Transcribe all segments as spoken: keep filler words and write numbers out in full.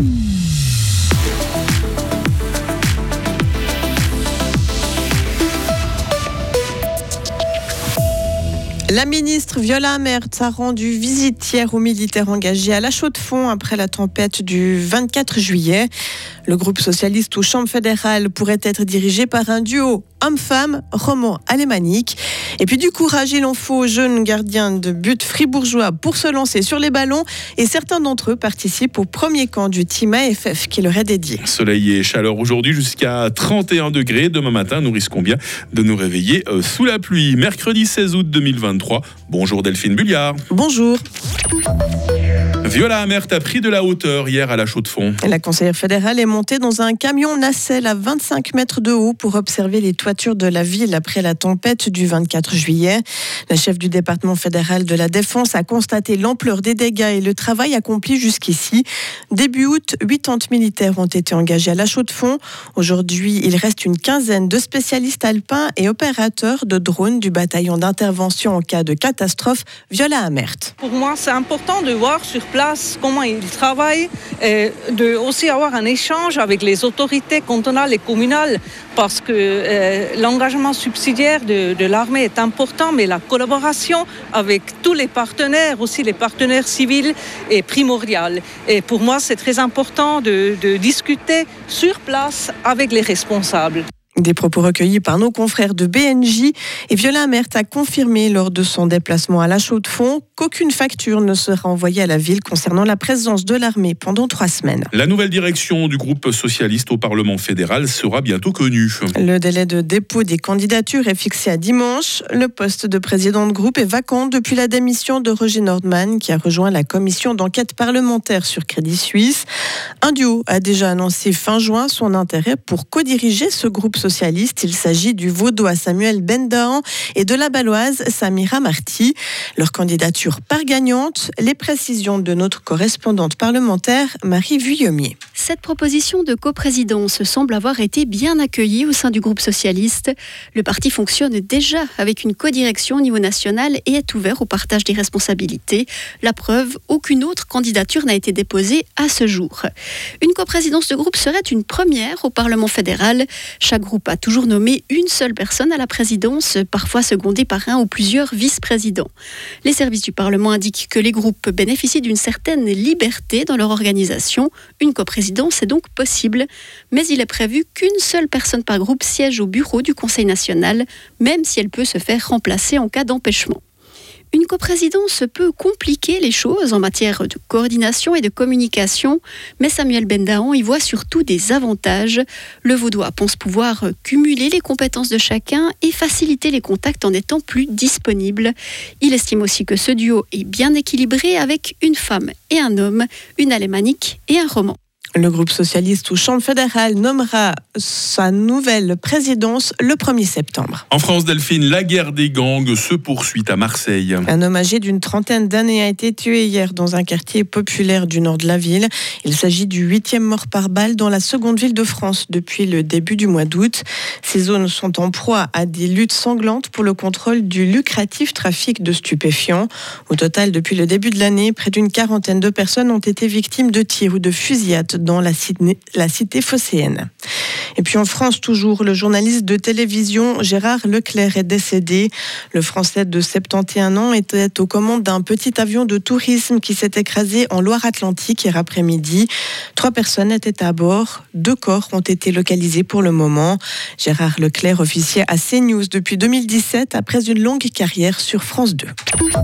La ministre Viola Amert a rendu visite hier aux militaires engagés à La Chaux-de-Fonds après la tempête du vingt-quatre juillet. Le groupe socialiste aux chambres fédérales pourrait être dirigé par un duo homme-femme, roman alémanique. Et puis du courage, il en faut aux jeunes gardiens de but fribourgeois pour se lancer sur les ballons. Et certains d'entre eux participent au premier camp du team A F F qui leur est dédié. Soleil et chaleur aujourd'hui jusqu'à trente et un degrés. Demain matin, nous risquons bien de nous réveiller sous la pluie. Mercredi seize août deux mille vingt-trois. Bonjour Delphine Bulliard. Bonjour. Viola Amert a pris de la hauteur hier à La Chaux-de-Fonds. La conseillère fédérale est montée dans un camion nacelle à vingt-cinq mètres de haut pour observer les toitures de la ville après la tempête du vingt-quatre juillet. La chef du département fédéral de la Défense a constaté l'ampleur des dégâts et le travail accompli jusqu'ici. Début août, quatre-vingts militaires ont été engagés à La Chaux-de-Fonds. Aujourd'hui, il reste une quinzaine de spécialistes alpins et opérateurs de drones du bataillon d'intervention en cas de catastrophe. Viola Amert. Pour moi, c'est important de voir sur place comment ils travaillent et de aussi avoir un échange avec les autorités cantonales et communales parce que euh, l'engagement subsidiaire de, de l'armée est important, mais la collaboration avec tous les partenaires, aussi les partenaires civils, est primordiale. Et pour moi, c'est très important de, de discuter sur place avec les responsables. Des propos recueillis par nos confrères de B N J. Et Viola Amert a confirmé lors de son déplacement à La Chaux-de-Fonds qu'aucune facture ne sera envoyée à la ville concernant la présence de l'armée pendant trois semaines. La nouvelle direction du groupe socialiste au Parlement fédéral sera bientôt connue. Le délai de dépôt des candidatures est fixé à dimanche. Le poste de président de groupe est vacant depuis la démission de Roger Nordman qui a rejoint la commission d'enquête parlementaire sur Crédit Suisse. Un duo a déjà annoncé fin juin son intérêt pour co-diriger ce groupe socialiste. Il s'agit du Vaudois Samuel Bendahan et de la Baloise Samira Marty. Leur candidature part gagnante. Les précisions de notre correspondante parlementaire Marie Vuillemier. Cette proposition de coprésidence semble avoir été bien accueillie au sein du groupe socialiste. Le parti fonctionne déjà avec une codirection au niveau national et est ouvert au partage des responsabilités. La preuve, aucune autre candidature n'a été déposée à ce jour. Une coprésidence de groupe serait une première au Parlement fédéral. Chaque groupe a toujours nommé une seule personne à la présidence, parfois secondée par un ou plusieurs vice-présidents. Les services du Parlement indiquent que les groupes bénéficient d'une certaine liberté dans leur organisation. Une coprésidence est donc possible, mais il est prévu qu'une seule personne par groupe siège au bureau du Conseil national, même si elle peut se faire remplacer en cas d'empêchement. Une coprésidence peut compliquer les choses en matière de coordination et de communication, mais Samuel Bendahan y voit surtout des avantages. Le Vaudois pense pouvoir cumuler les compétences de chacun et faciliter les contacts en étant plus disponible. Il estime aussi que ce duo est bien équilibré avec une femme et un homme, une alémanique et un roman. Le groupe socialiste aux chambres fédérales nommera sa nouvelle présidence le premier septembre. En France, Delphine, la guerre des gangs se poursuit à Marseille. Un homme âgé d'une trentaine d'années a été tué hier dans un quartier populaire du nord de la ville. Il s'agit du huitième mort par balle dans la seconde ville de France depuis le début du mois d'août. Ces zones sont en proie à des luttes sanglantes pour le contrôle du lucratif trafic de stupéfiants. Au total, depuis le début de l'année, près d'une quarantaine de personnes ont été victimes de tirs ou de fusillades dans la cité, la cité phocéenne. Et puis en France, toujours, le journaliste de télévision Gérard Leclerc est décédé. Le Français de soixante et un ans était aux commandes d'un petit avion de tourisme qui s'est écrasé en Loire-Atlantique hier après-midi. Trois personnes étaient à bord. Deux corps ont été localisés pour le moment. Gérard Leclerc officiait à CNews depuis deux mille dix-sept après une longue carrière sur France deux.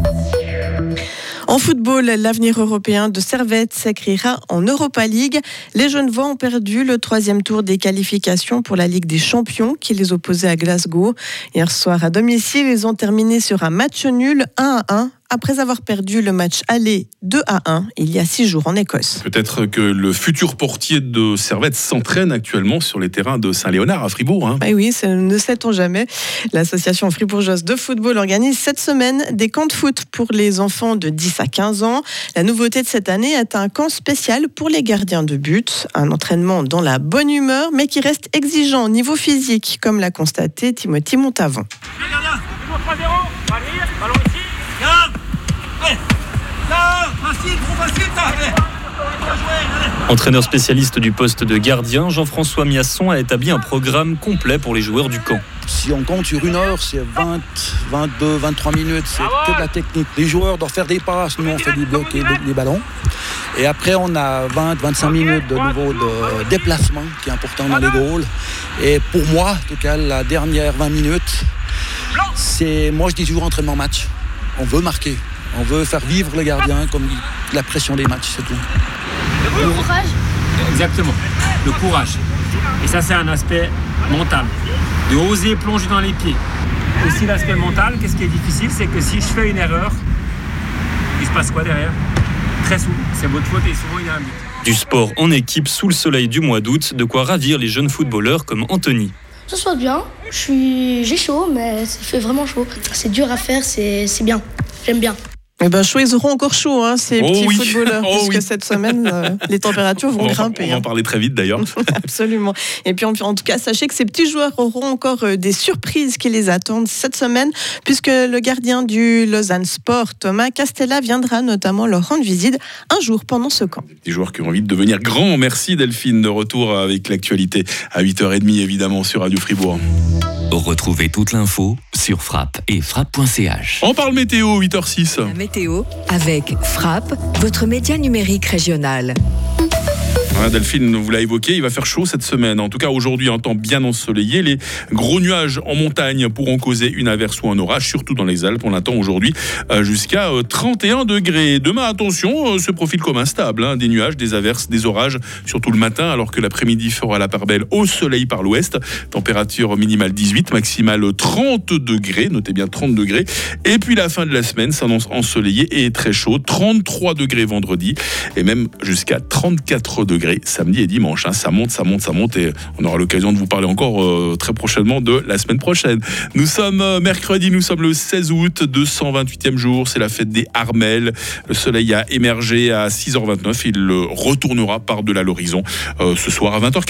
En football, l'avenir européen de Servette s'écrira en Europa League. Les Genevois ont perdu le troisième tour des qualifications pour la Ligue des Champions qui les opposait à Glasgow. Hier soir à domicile, ils ont terminé sur un match nul un à un. Après avoir perdu le match aller deux à un il y a six jours en Écosse. Peut-être que le futur portier de Servette s'entraîne actuellement sur les terrains de Saint-Léonard à Fribourg. Hein. Ah oui, ça ne sait-on jamais. L'association fribourgeoise de football organise cette semaine des camps de foot pour les enfants de dix à quinze ans. La nouveauté de cette année est un camp spécial pour les gardiens de but. Un entraînement dans la bonne humeur, mais qui reste exigeant au niveau physique, comme l'a constaté Timothy Montavon. trois zéro, ballon ici, garde. Allez, là, facile, trop facile, ça. Entraîneur spécialiste du poste de gardien, Jean-François Miasson a établi un programme complet pour les joueurs du camp. Si on compte sur une heure, c'est vingt, vingt-deux, vingt-trois minutes, c'est que de la technique. Les joueurs doivent faire des passes, nous on fait du bloc et des ballons. Et après on a vingt, vingt-cinq minutes de nouveau de déplacement qui est important dans les goals. Et pour moi, en tout cas, la dernière vingt minutes, c'est, moi je dis toujours entraînement match. On veut marquer, on veut faire vivre les gardiens comme la pression des matchs, c'est tout. Le courage. Exactement, le courage. Et ça, c'est un aspect mental. De oser plonger dans les pieds. Aussi, l'aspect mental, qu'est-ce qui est difficile, c'est que si je fais une erreur, il se passe quoi derrière ? Très souvent, c'est votre faute et souvent il y a un but. Du sport en équipe sous le soleil du mois d'août, de quoi ravir les jeunes footballeurs comme Anthony. Ça se passe bien, je suis... j'ai chaud, mais ça fait vraiment chaud. C'est dur à faire, c'est, c'est bien, j'aime bien. Eh ben, chaud, ils auront encore chaud, hein, ces oh petits oui. footballeurs, oh puisque oui. cette semaine, euh, les températures vont on grimper. Va, on va en hein. parler très vite d'ailleurs. Absolument. Et puis, en, en tout cas, sachez que ces petits joueurs auront encore euh, des surprises qui les attendent cette semaine, puisque le gardien du Lausanne Sport, Thomas Castella, viendra notamment leur rendre visite un jour pendant ce camp. Des petits joueurs qui ont envie de devenir grands. Merci Delphine, de retour avec l'actualité à huit heures trente évidemment sur Radio Fribourg. Retrouvez toute l'info sur Frappe et frappe point c h. On parle météo, huit heures six. La météo avec Frappe, votre média numérique régional. Voilà, Delphine vous l'a évoqué, il va faire chaud cette semaine. En tout cas, aujourd'hui, un temps bien ensoleillé. Les gros nuages en montagne pourront causer une averse ou un orage, surtout dans les Alpes. On attend aujourd'hui euh, jusqu'à euh, trente et un degrés. Demain, attention, euh, ce profil comme instable. Hein, des nuages, des averses, des orages, surtout le matin, alors que l'après-midi fera la part belle au soleil par l'ouest. Température minimale dix-huit, maximale trente degrés. Notez bien trente degrés. Et puis la fin de la semaine s'annonce ensoleillée et très chaud. trente-trois degrés vendredi et même jusqu'à trente-quatre degrés samedi et dimanche. Hein. Ça monte, ça monte, ça monte et on aura l'occasion de vous parler encore euh, très prochainement de la semaine prochaine. Nous sommes euh, mercredi, nous sommes le seize août, deux cent vingt-huitième jour, c'est la fête des Armelles. Le soleil a émergé à six heures vingt-neuf, il retournera par-delà l'horizon euh, ce soir à vingt heures quarante.